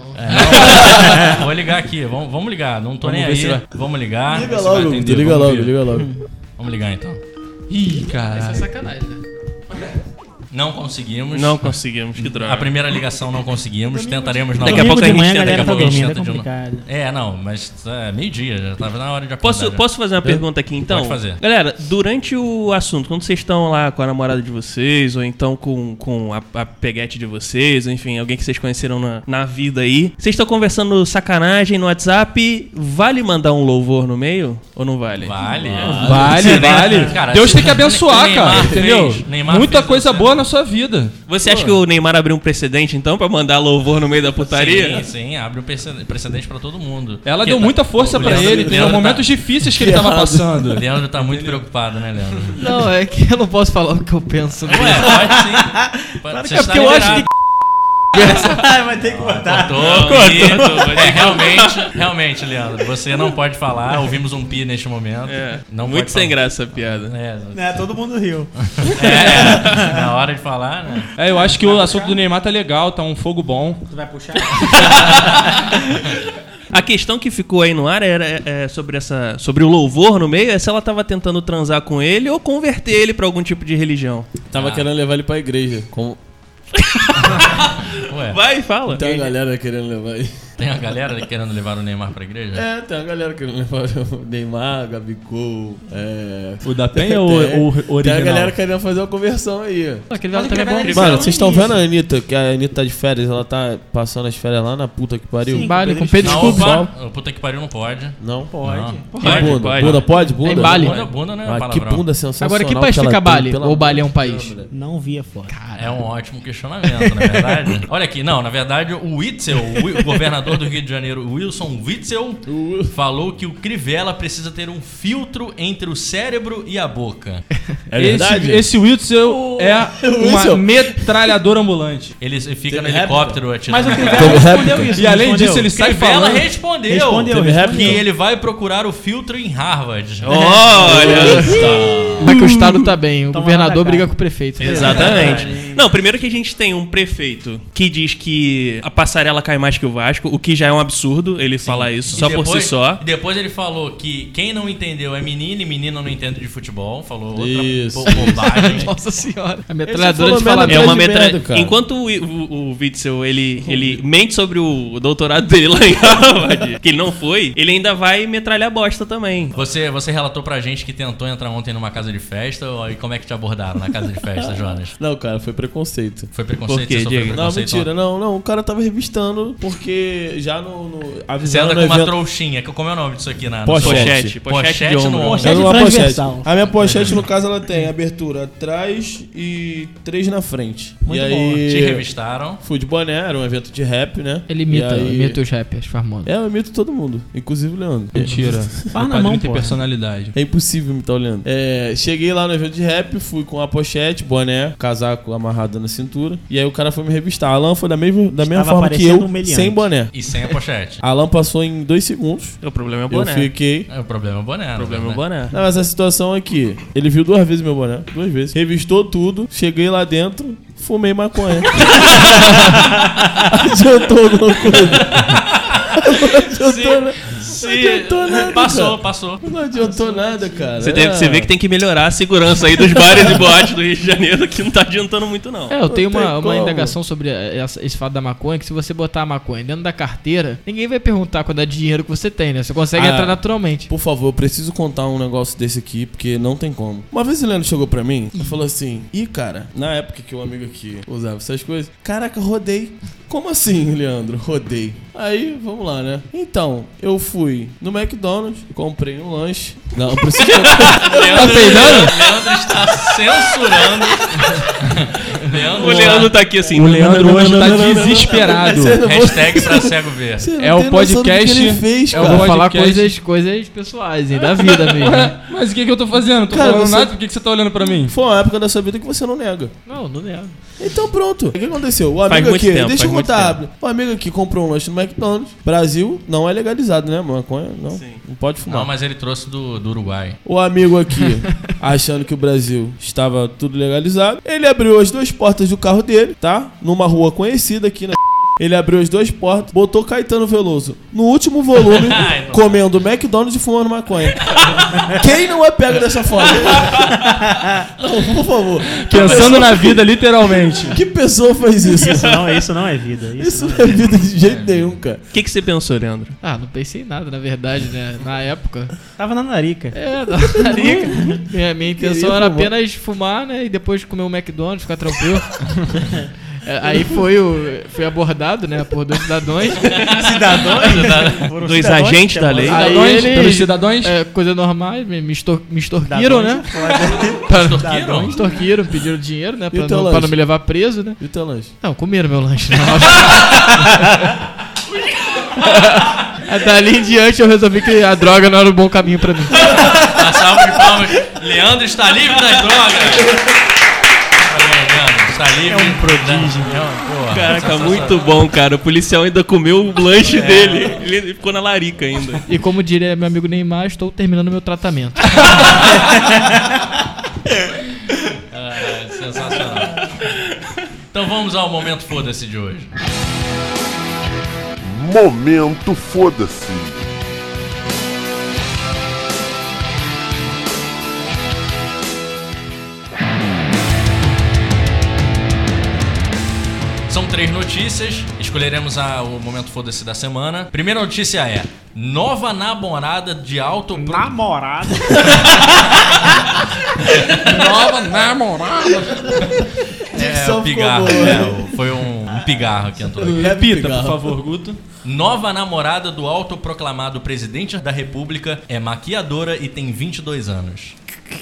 Vou ligar aqui, vamos, vamos ligar. Não tô Vamos nem ver se aí. vai- Vamos ligar. Liga Você vai logo, atender, liga vamos logo, ver. liga logo. Vamos ligar então. Ih, caralho. sacanagem, né? Não conseguimos. Não conseguimos, que A droga. primeira ligação não conseguimos. Tentaremos Daqui a novamente. pouco a de gente manhã, tenta, a galera daqui a tá pouco a gente dormindo, é tenta de novo. complicado. É, não, mas é meio-dia, já tava na hora de acordar. Posso, já. posso fazer uma pergunta aqui então? Pode fazer. Galera, durante o assunto, quando vocês estão lá com a namorada de vocês, ou então com, com a, a peguete de vocês, ou enfim, alguém que vocês conheceram na, na vida aí, vocês estão conversando sacanagem no WhatsApp, vale mandar um louvor no meio? Ou não vale? Vale. Vale, Se vale. nem- cara, Deus se- tem que abençoar, Neymar cara. fez- Entendeu? Neymar Muita fez coisa você- boa na sua vida. Você acha que o Neymar abriu um precedente então pra mandar louvor no meio da putaria? Sim, sim, abre um precedente precedente pra todo mundo. Ela Que deu tá- muita força o pra Leandro- ele. Tem Leandro momentos tá, difíceis que ele tava passando. Leandro tá muito preocupado, né, Leandro? Não, é que eu não posso falar o que eu penso. Ué, pode sim. Pode, você é está porque eu acho liberado. Vai ter que cortar. Cortou, pi. É, realmente, realmente, Leandro, você não pode falar. Ouvimos um pi neste momento. É, não muito pode sem falar. graça essa piada. É, É, todo mundo riu. é, na hora de falar, né? É, eu acho que o assunto do Neymar tá legal, tá um fogo bom. Tu vai puxar? A questão que ficou aí no ar era é, sobre, essa, sobre o louvor no meio, é se ela tava tentando transar com ele ou converter ele pra algum tipo de religião. Tava Ah. querendo levar ele pra igreja. Com... Ué, Vai, fala. Tem uma galera querendo levar ele. tem a galera querendo levar o Neymar pra igreja? É, tem uma galera querendo levar o Neymar, Gabigol. É... O da Penha ou Tem- o Tem original? a galera querendo fazer uma conversão aí. Aquele velho também é bom. Mano, vocês estão vendo a Anitta, que a Anitta tá de férias, ela tá passando as férias lá na puta que pariu? Sim. Bale com Pedro Não, Scooby. opa, puta que pariu não pode. Não? Pode. Não. Que Pode, bunda? pode. Bunda pode? Bunda? É em Bali. Bunda, bunda não é Ah, que palavrão. bunda sensacional. Agora, que ela país fica tem, Bali? pelo Ou amor Bali é um de país? Deus, moleque. Não via foto. É um ótimo questionamento, na verdade. Olha aqui, não, na verdade, o Witzel, o wi- o governador do Rio de Janeiro, Wilson Witzel, falou que o Crivella precisa ter um filtro entre o cérebro e a boca. É verdade? Esse, esse Witzel é uma Witzel. metralhadora ambulante. Ele fica no Teve helicóptero atirando. Mas o Crivella Teve respondeu réplica. isso. E não além respondeu? disso, ele sai Crivella falando... respondeu, Respondeu, Teve que réplica? ele vai procurar o filtro em Harvard. Olha! Mas que o Estado tá bem, o Toma governador lá da briga cara. com o prefeito. Exatamente. Não, primeiro que a gente tem um prefeito que diz que a passarela cai mais que o Vasco, o que já é um absurdo ele falar isso E só por depois- si só. E depois ele falou que quem não entendeu é menino e menino não entende de futebol. Falou outra Isso. bo- bobagem. Nossa senhora. A Esse metralhadora de falou falar merda É uma de metra... merda, cara. Enquanto o, o, o Witzel ele, ele mente sobre o doutorado dele lá em Harvard, que ele não foi, ele ainda vai metralhar bosta também. Você, você relatou pra gente que tentou entrar ontem numa casa de festa, ó, e como é que te abordaram na casa de festa, Jonas? Não, cara, foi preconceito. Foi preconceito? Por quê, Você sofreu Diego? Não, preconceito? mentira, não, não. O cara tava revistando porque já no. no Você avisando anda no com uma evento- trouxinha, que- como é o nome disso aqui na na Pochete. sua- Pochete, pochete de no ombro. ombro. Pochete Era uma pochete. transversal. A minha pochete, no caso, ela tem abertura atrás e três na frente. Muito e bom. aí. Te revistaram. Fui de boné, era um evento de rap, né? Ele imita, E aí- imita os rappers famosos. É, eu imito todo mundo, inclusive o Leandro. Mentira. Faz O na padrinho mão, tem porra. personalidade. É impossível imitar o Leandro. É, cheguei lá no evento de rap, fui com a pochete, boné, casaco amarrado na cintura. E aí o cara foi me revistar. Alan foi da mesma, da mesma Estava forma que parecendo eu, um meliante. sem boné. E sem a pochete. Alan passou em dois segundos. O problema é o Eu boné. fiquei. É, o problema é o boné. O problema é o né? boné. Não, mas a situação é que ele viu duas vezes meu boné. Duas vezes. Revistou tudo. Cheguei lá dentro, fumei maconha. Adiantou alguma coisa. Não adiantou, né? Se- Não adiantou nada, Passou, cara. passou. Não adiantou nada, cara. Você, tem- É. você vê que tem que melhorar a segurança aí dos bares e boates do Rio de Janeiro, que não tá adiantando muito, não. É, eu tenho tem uma, uma como. indagação sobre essa- esse fato da maconha, que se você botar a maconha dentro da carteira, ninguém vai perguntar qual é o dinheiro que você tem, né? Você consegue Ah. entrar naturalmente. Por favor, eu preciso contar um negócio desse aqui, porque não tem como. Uma vez o Leandro chegou pra mim e falou assim: Ih, cara, na época que o amigo aqui usava essas coisas, caraca, rodei. Como assim, Leandro? Rodei. Aí, vamos lá, né? Então, eu fui no McDonald's, comprei um lanche. Não, não precisa. Leandro, peidando? Leandro está censurando. Leandro, O Leandro tá aqui assim. O Leandro não, hoje não, tá não, não, não, não. desesperado. Você não- Hashtag pra cego ver. Você não É o tem noção do que podcast- ele fez, é o cara. Eu vou falar podcast. coisas, coisas pessoais, hein, da vida mesmo. Ué, mas o que, que eu tô fazendo? Não tô Cara, falando você- nada, por que, que você tá olhando pra mim? Foi uma época da sua vida que você não nega. Não, não nego. Então pronto. O que aconteceu? O Faz amigo muito aqui, tempo, deixa eu faz muito contar rápido. O amigo aqui comprou um lanche no McDonald's. Brasil não é legalizado, né? Maconha, não. Sim. Não pode fumar. Não, mas ele trouxe do, do Uruguai. O amigo aqui, achando que o Brasil estava tudo legalizado, ele abriu as duas portas do carro dele, tá? Numa rua conhecida aqui na. Ele abriu as duas portas, botou Caetano Veloso no último volume, Ai, não. comendo McDonald's e fumando maconha. Quem não é pego dessa forma? Não, por favor. Que Pensando pessoa- na vida, literalmente. Que pessoa faz isso? Isso não, isso não é vida. Isso, Isso não não é vida de jeito nenhum, cara. O que, que você pensou, Leandro? Ah, não pensei em nada, na verdade, né? Na época. Tava na narica. É, da narica. Minha, minha intenção Queria era fumar. apenas fumar, né? E depois comer um McDonald's, ficar tranquilo. É, aí foi o, fui abordado, né? Por dois cidadãos. Cidadãos? Foram Dois cidadãos agentes que da chamaram. lei. Aí Cidadãos, eles- pelos cidadãos. É, coisa normal, me, me, estor, me extorquiram, né? Cidadãos. Extorquiram? Me extorquiram, pediram dinheiro, né? E Pra o teu não, lanche? pra não me levar preso, né? E o teu lanche? Não, comeram meu lanche, né? Aí, dali em diante eu resolvi que a droga não era um bom caminho pra mim. Uma salva de palmas. Leandro está livre das drogas. Parabéns, Leandro. está livre. É um prodígio. É uma, porra, Caraca, muito bom, cara. O policial ainda comeu o lanche dele. Ele ficou na larica ainda. E como diria meu amigo Neymar, estou terminando meu tratamento. Ah, sensacional. Então vamos ao momento foda-se de hoje. Momento foda-se. São três notícias, escolheremos a, o momento foda-se da semana. Primeira notícia é: nova namorada de alto... Pro... Namorada. Nova namorada. É, o pigarro, é, o- foi um, um pigarro que entrou aqui. Repita, por favor, Guto. Nova namorada do autoproclamado presidente da república é maquiadora e tem vinte e dois anos.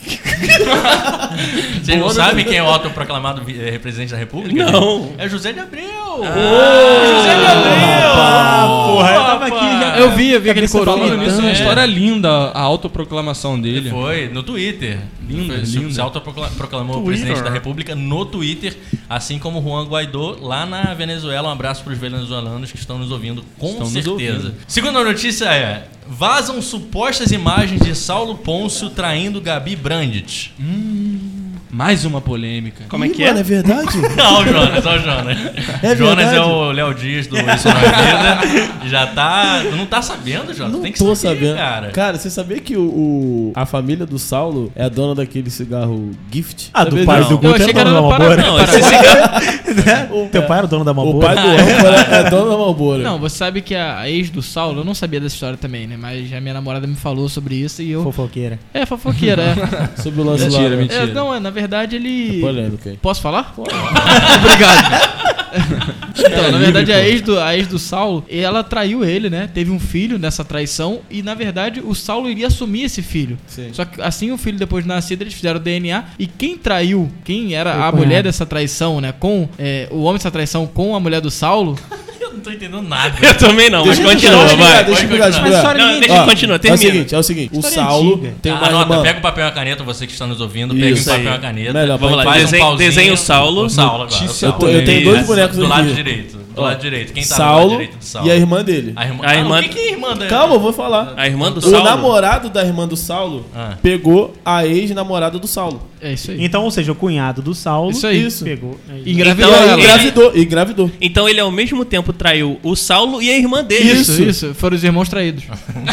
Vocês não sabem quem é o autoproclamado vi- eh, presidente da república? Não. É José de Abreu. José de Abreu. Ah, porra, eu tava aqui já. Eu vi, eu vi aquele coroa. Falando nisso, é uma É. história linda a autoproclamação dele. Foi no Twitter. Linda, Foi, linda. Se autoproclamou Twitter. presidente da república no Twitter, assim como Juan Guaidó lá na Venezuela. Um abraço para os venezuelanos que estão nos ouvindo, com Estão nos certeza. ouvindo. Segunda notícia é: vazam supostas imagens de Saulo Pôncio traindo Gabi Brandt. Mais uma polêmica. Como é que Mano, é é? verdade? Não, o Jonas, olha o Jonas. É Jonas verdade? é o Léo Dias do Isso Não É Vida. Já tá. Não tá sabendo, Jonas? Não Tem que tô saber, sabendo. cara. Cara, você sabia que o, o- a família do Saulo é a dona daquele cigarro Gift? Ah, do Sabia pai disso? do Guto achei é que dono era da do Malboro. Não, esse cigarro... O Teu pai era o dono da O Malboro. pai do Âncora é dono da Malboro. Não, você sabe que a ex do Saulo, eu não sabia dessa história também, né? Mas a minha namorada me falou sobre isso e eu... Fofoqueira. É, fofoqueira, é. Sobre o lance Mentira, lá. né? mentira. É, não, é, na verdade ele... Polêmica aí. Posso falar? Obrigado. Então, na verdade, a ex, do, a ex do Saulo, ela traiu ele, né? Teve um filho nessa traição e, na verdade, o Saulo iria assumir esse filho. Sim. Só que assim o filho, depois de nascido, eles fizeram o D N A e quem traiu, quem era Foi a o mulher cunhado. dessa traição, né? Com é, o homem dessa traição com a mulher do Saulo, Eu não tô entendendo nada. Eu também não, mas Deixa eu continua, explicar, vai. deixa eu explicar, deixa eu Mas explicar. história Não, ninguém deixa eu Ó, continuar, É o termina. seguinte, é o seguinte. O História Saulo antiga. tem uma Anota, irmã. pega o papel e a caneta, você que está nos ouvindo, pega Isso um papel e aí. a caneta. Melhor, Vamos lá, Faz um desenha, pauzinho. desenha o Saulo. O Saulo agora. Notícia Eu, tô- eu tenho Isso. dois bonecos Do aqui. lado direito. Do Ó, lado direito. Quem tá do Saulo lado direito do Saulo? e a irmã dele. A irmã. A Ah, irmã- o que, que é a irmã dele? Calma, eu vou falar. A irmã do O Saulo. namorado da irmã do Saulo Ah. pegou a ex-namorada do Saulo. é isso aí. Então, ou seja, o cunhado do Saulo Isso aí. Isso. pegou. Aí. E Engravidou Então, aí ela. ele- engravidou. E engravidou. Então ele ao mesmo tempo traiu o Saulo e a irmã dele. Isso, Isso. isso. Foram os irmãos traídos.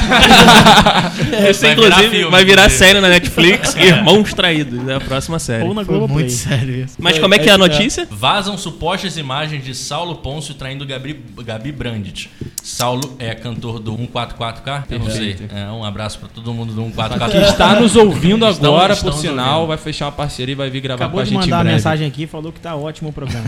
Isso, Vai inclusive, virar filme, vai virar inclusive. série na Netflix, Irmãos Traídos, é a próxima série. Ou na Foi Globoplay. muito sério isso. Mas como é que é a notícia? Vazam supostas imagens de Saulo Pôncio traindo Gabi, Gabi Brandt. Saulo é cantor do cento e quarenta e quatro K? Eu não sei. Perfeito. É, um abraço pra todo mundo do cento e quarenta e Que quatro K. está nos ouvindo Estão- agora, estão por nos sinal, ouvindo. vai fechar uma parceria e vai vir gravar Acabou com a de gente mandar em uma breve. mensagem aqui e falou que tá ótimo o programa.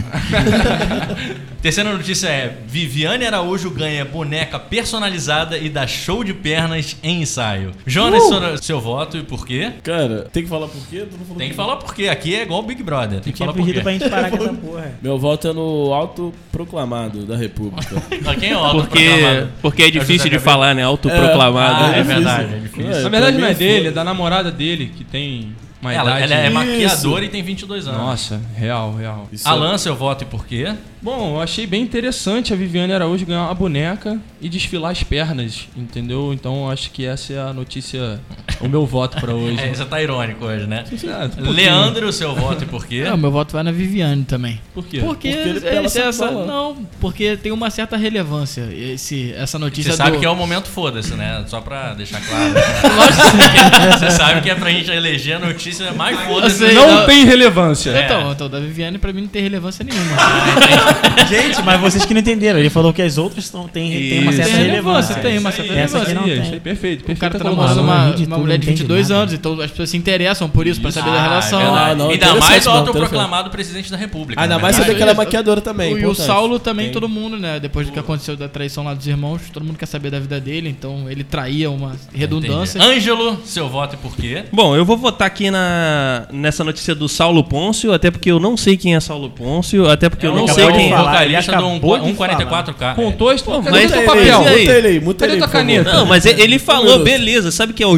Terceira notícia é: Viviane Araújo ganha boneca personalizada e dá show de pernas em ensaio. Jonas, seu, seu voto e por quê? Cara, tem que falar por quê? Tu não falou Tem que por quê. falar por quê. Aqui é igual o Big Brother. Tem que Tinha falar por pedido quê. pra gente parar com essa porra. Meu voto é no autoproclamado da República. Pra quem é o Porque, autoproclamado? porque é o difícil José de Gabriel? falar, né? Autoproclamado. Ah, é difícil. verdade, é difícil. É, Na verdade pra não é mim dele, é foda. da namorada dele, que tem uma Ela, idade... ela é Isso. maquiadora e tem vinte e dois anos. Nossa, real, real. Isso Alan, seu voto e por quê? Bom, eu achei bem interessante a Viviane Araújo ganhar uma boneca e desfilar as pernas, entendeu? Então eu acho que essa é a notícia, o meu voto pra hoje. É, você tá irônico hoje, né? Ah, um pouquinho. Leandro, seu voto e por quê? É, o meu voto vai na Viviane também. Por quê? Porque, Porque ele esse- pela essa, sacola. não, porque tem uma certa relevância esse, essa notícia Você sabe do... que é o momento foda-se, né? Só pra deixar claro. Lógico que sim. Você sabe que é pra gente eleger a notícia mais Eu foda-se. sei. Não Não. tem relevância. É. Então, então, da Viviane pra mim não tem relevância nenhuma. Gente, mas vocês que não entenderam. Ele falou que as outras tão, tem, tem uma Isso. certa Tem relevância. relevância, tem uma certa Essa aqui relevância. não Isso aí, tem. isso aí, perfeito, O perfeito. cara tá colocação. namorando uma, Ri de uma tudo, mulher não de entende vinte e dois nada. anos, então as pessoas se interessam por isso, pra saber da Ah, relação. é verdade. Ah, não, Ainda mais interessante, o não, autoproclamado presidente da República. Ainda né? mais Verdade. saber que ela é isso. maquiadora também. E o importante. Saulo também, Tem. todo mundo, né? Depois do que aconteceu da traição lá dos irmãos, todo mundo quer saber da vida dele, então ele traía uma redundância. Entendi. Ângelo, seu voto e por quê? Bom, eu vou votar aqui na, nessa notícia do Saulo Pôncio, até porque eu não sei quem é Saulo Pôncio, até porque eu É não o sei acabou de quem é. falar. vocalista ele do acabou de cento e quarenta e quatro K. Contou, estou... Pô, Cadê mas o teu é- papel? mas é- Muta ele aí, muta Cadê ele. tua por favor. caneta? Não, mas ele falou, minuto. beleza, sabe quem é o Jorginho?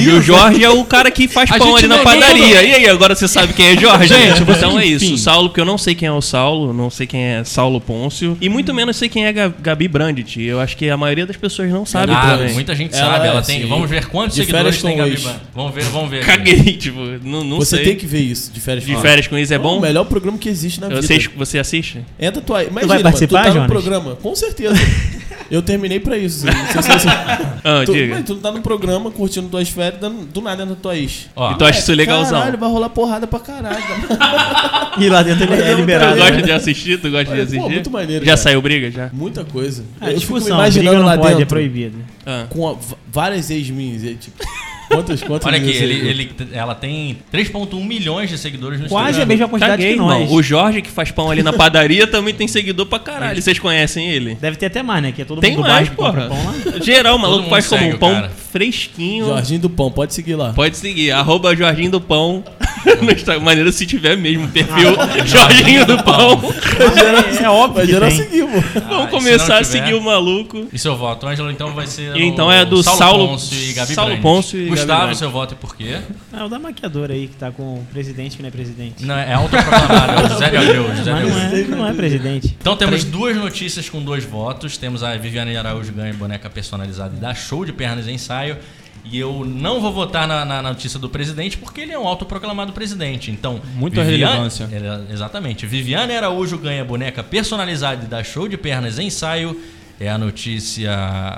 E o Jorge é o cara que faz A pão gente ali na não- padaria. E aí, agora você sabe quem é Jorge? Gente, você- então é isso. enfim. O Saulo, porque eu não sei quem é o Saulo, não sei quem é Saulo Pôncio. E muito menos sei quem é Ga- Gabi Brandt. Eu acho que a maioria das pessoas não sabe Ah, também. muita gente Ela sabe. é, Ela tem. sim. Vamos ver quantos De seguidores férias tem com Gabi ex. Brandt. Vamos ver, vamos ver. aqui. Caguei, tipo, não, não Você sei. tem que ver isso, de férias De com férias com isso é É o bom? melhor programa que existe na vida. Você, você assiste? Entra tua. Imagina, vai mano, participar, tu tá no Jonas? programa. Com certeza. Eu terminei pra isso. Não sei se você- Ah, tu, diga. mas tu tá no programa, curtindo tuas férias, dando- do nada entra tua ex. Ó, E tu acha isso legalzão? Caralho, vai rolar porrada pra caralho. E lá dentro ele é Tu liberado. gosta né? de assistir? Tu gosta de Olha, assistir? pô, muito maneiro, Já cara. saiu briga, já? Muita coisa. É, eu fico me discussão, imaginando briga lá não pode, dentro. é proibido. Ah. Com a- v- várias ex minhas. e, Tipo, quantas, quantas olha aqui, minhas ele, ex? ele, ela tem três vírgula um milhões de seguidores no Quase a Instagram. mesma quantidade Caguei, que nós. irmão. O Jorge que faz pão ali na padaria também tem seguidor pra caralho. Vocês conhecem ele? Deve ter até mais, né? Que é todo Tem mundo do mais, bairro que compra porra. pão lá. Geral, o Todo maluco mundo faz como segue um o pão cara. fresquinho. Jorginho do Pão, pode seguir lá. Pode seguir, arroba Jorginho do Pão. No Instagram. Maneiro se tiver mesmo perfil Jorginho do Pão. É, é óbvio Mas que geral tem. seguiu, pô. Ah, Vamos e começar se a não seguir tiver- o maluco. E seu voto, Ângelo, então vai ser. Então no é do Saulo- Pôncio e Gabi Saulo Brandt. Pôncio e Gabi Gustavo, Brandt. seu voto e por quê? É o da maquiadora aí que tá com o presidente que não é presidente. Não, é autoproclamado, é o José de Abreu. José Mas de não Abreu. é, não é presidente. Então temos duas notícias com dois votos. Temos a Viviane Araújo ganha boneca personalizada e dá show de pernas em ensaio. E eu não vou votar na, na notícia do presidente porque ele é um autoproclamado presidente. Então, Muita relevância. É, exatamente. Viviane Araújo ganha boneca personalizada e dá show de pernas em ensaio. É a notícia.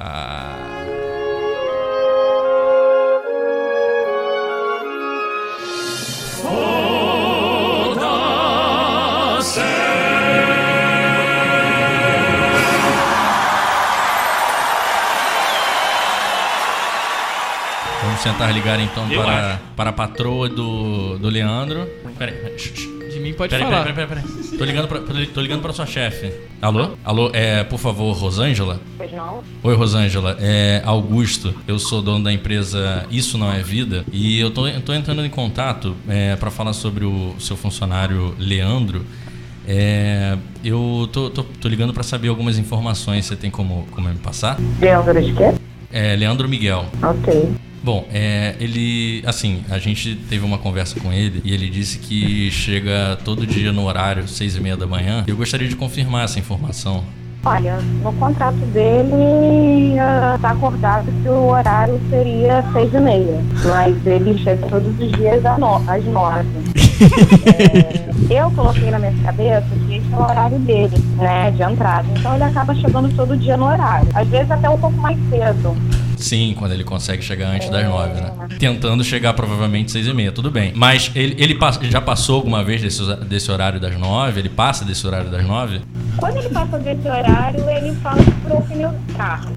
Vamos tentar ligar então Eu para, para a patroa do, do Leandro. Peraí, peraí. shh, shh. De mim pode Peraí, falar. peraí, peraí, peraí, peraí. Tô ligando pra, tô ligando pra sua chefe. Alô? Alô, é, por favor, Rosângela? Pois não? Oi, Rosângela. É Augusto. Eu sou dono da empresa Isso Não É Vida. E eu tô, eu tô entrando em contato é, para falar sobre o seu funcionário Leandro. É, eu tô, tô, tô ligando para saber algumas informações. Você tem como, como me passar? Leandro de quê? É Leandro Miguel. Ok. Bom, é, ele, assim, a gente teve uma conversa com ele e ele disse que chega todo dia no horário, seis e meia da manhã. Eu gostaria de confirmar essa informação. Olha, no contrato dele está acordado que o horário seria seis e meia, mas ele chega todos os dias às no- às nove. É, eu coloquei na minha cabeça que esse é o horário dele, né, de entrada. Então ele acaba chegando todo dia no horário, às vezes até um pouco mais cedo. Sim, quando ele consegue chegar antes das nove, né? Tentando chegar provavelmente seis e meia, tudo bem. Mas ele, ele pass- já passou alguma vez desse, desse horário das nove? Ele passa desse horário das nove? Quando ele passa desse horário, ele fala que furou o pneu do carro.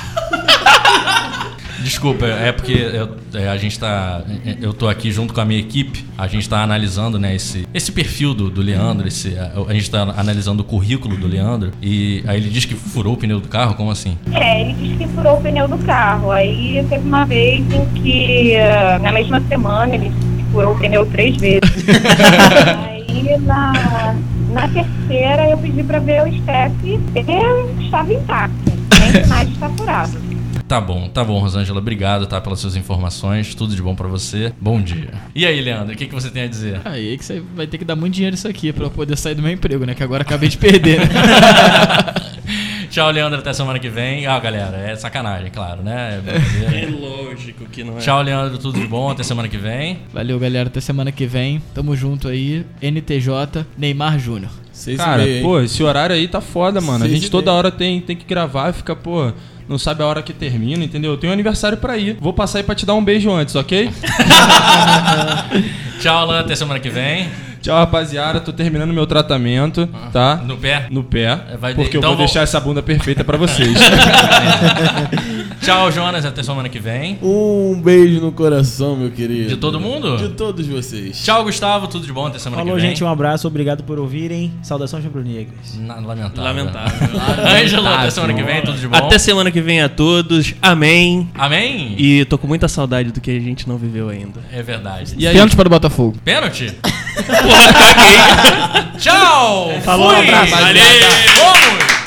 Desculpa, é porque eu, é, a gente tá. Eu tô aqui junto com a minha equipe, a gente tá analisando, né, esse, esse perfil do, do Leandro, esse, a, a gente tá analisando o currículo do Leandro, e aí ele diz que furou o pneu do carro, como assim? É, ele disse que furou o pneu do carro. Aí teve uma vez em que, ah, na mesma semana, ele furou o pneu três vezes. Aí, na, na terceira, eu pedi pra ver o step e estava intacto, nem sinais de estar furado. Tá bom, tá bom, Rosângela, obrigado, tá, pelas suas informações, tudo de bom pra você, bom dia. E aí, Leandro, o que, que você tem a dizer? Aí que você vai ter que dar muito dinheiro isso aqui pra eu poder sair do meu emprego, né? Que agora acabei de perder, né? Tchau, Leandro, até semana que vem. Ah, galera, é sacanagem, claro, né? É É brincadeira. lógico que não é. Tchau, Leandro, tudo de bom, até semana que vem. Valeu, galera. Até semana que vem. Tamo junto aí. N T J, Neymar Júnior. Seis Cara, e meia, hein? pô, esse horário aí tá foda, mano. Seis a e gente toda meia. hora tem, tem que gravar e fica, pô, não sabe a hora que termina, entendeu? Eu tenho um aniversário pra ir. Vou passar aí pra te dar um beijo antes, ok? Tchau, Alan, até semana que vem. Tchau, rapaziada. Tô terminando meu tratamento, tá? No pé. No pé. Vai- Porque eu então vou vou- deixar essa bunda perfeita pra vocês. Tchau, Jonas, até semana que vem. Um beijo no coração, meu querido. De todo mundo? De todos vocês. Tchau, Gustavo, tudo de bom, até semana Falou, que vem. gente, um abraço, obrigado por ouvirem. Saudações rubro-negras. Na- lamentável. Lamentável. Ângelo, até semana que vem, tudo de bom. Até semana que vem a todos. Amém. Amém? E tô com muita saudade do que a gente não viveu ainda. É verdade. E aí? Pênalti para o Botafogo. Pênalti? Porra, caguei. Tchau! Falou, Fui! um abraço. Valeu! Vamos!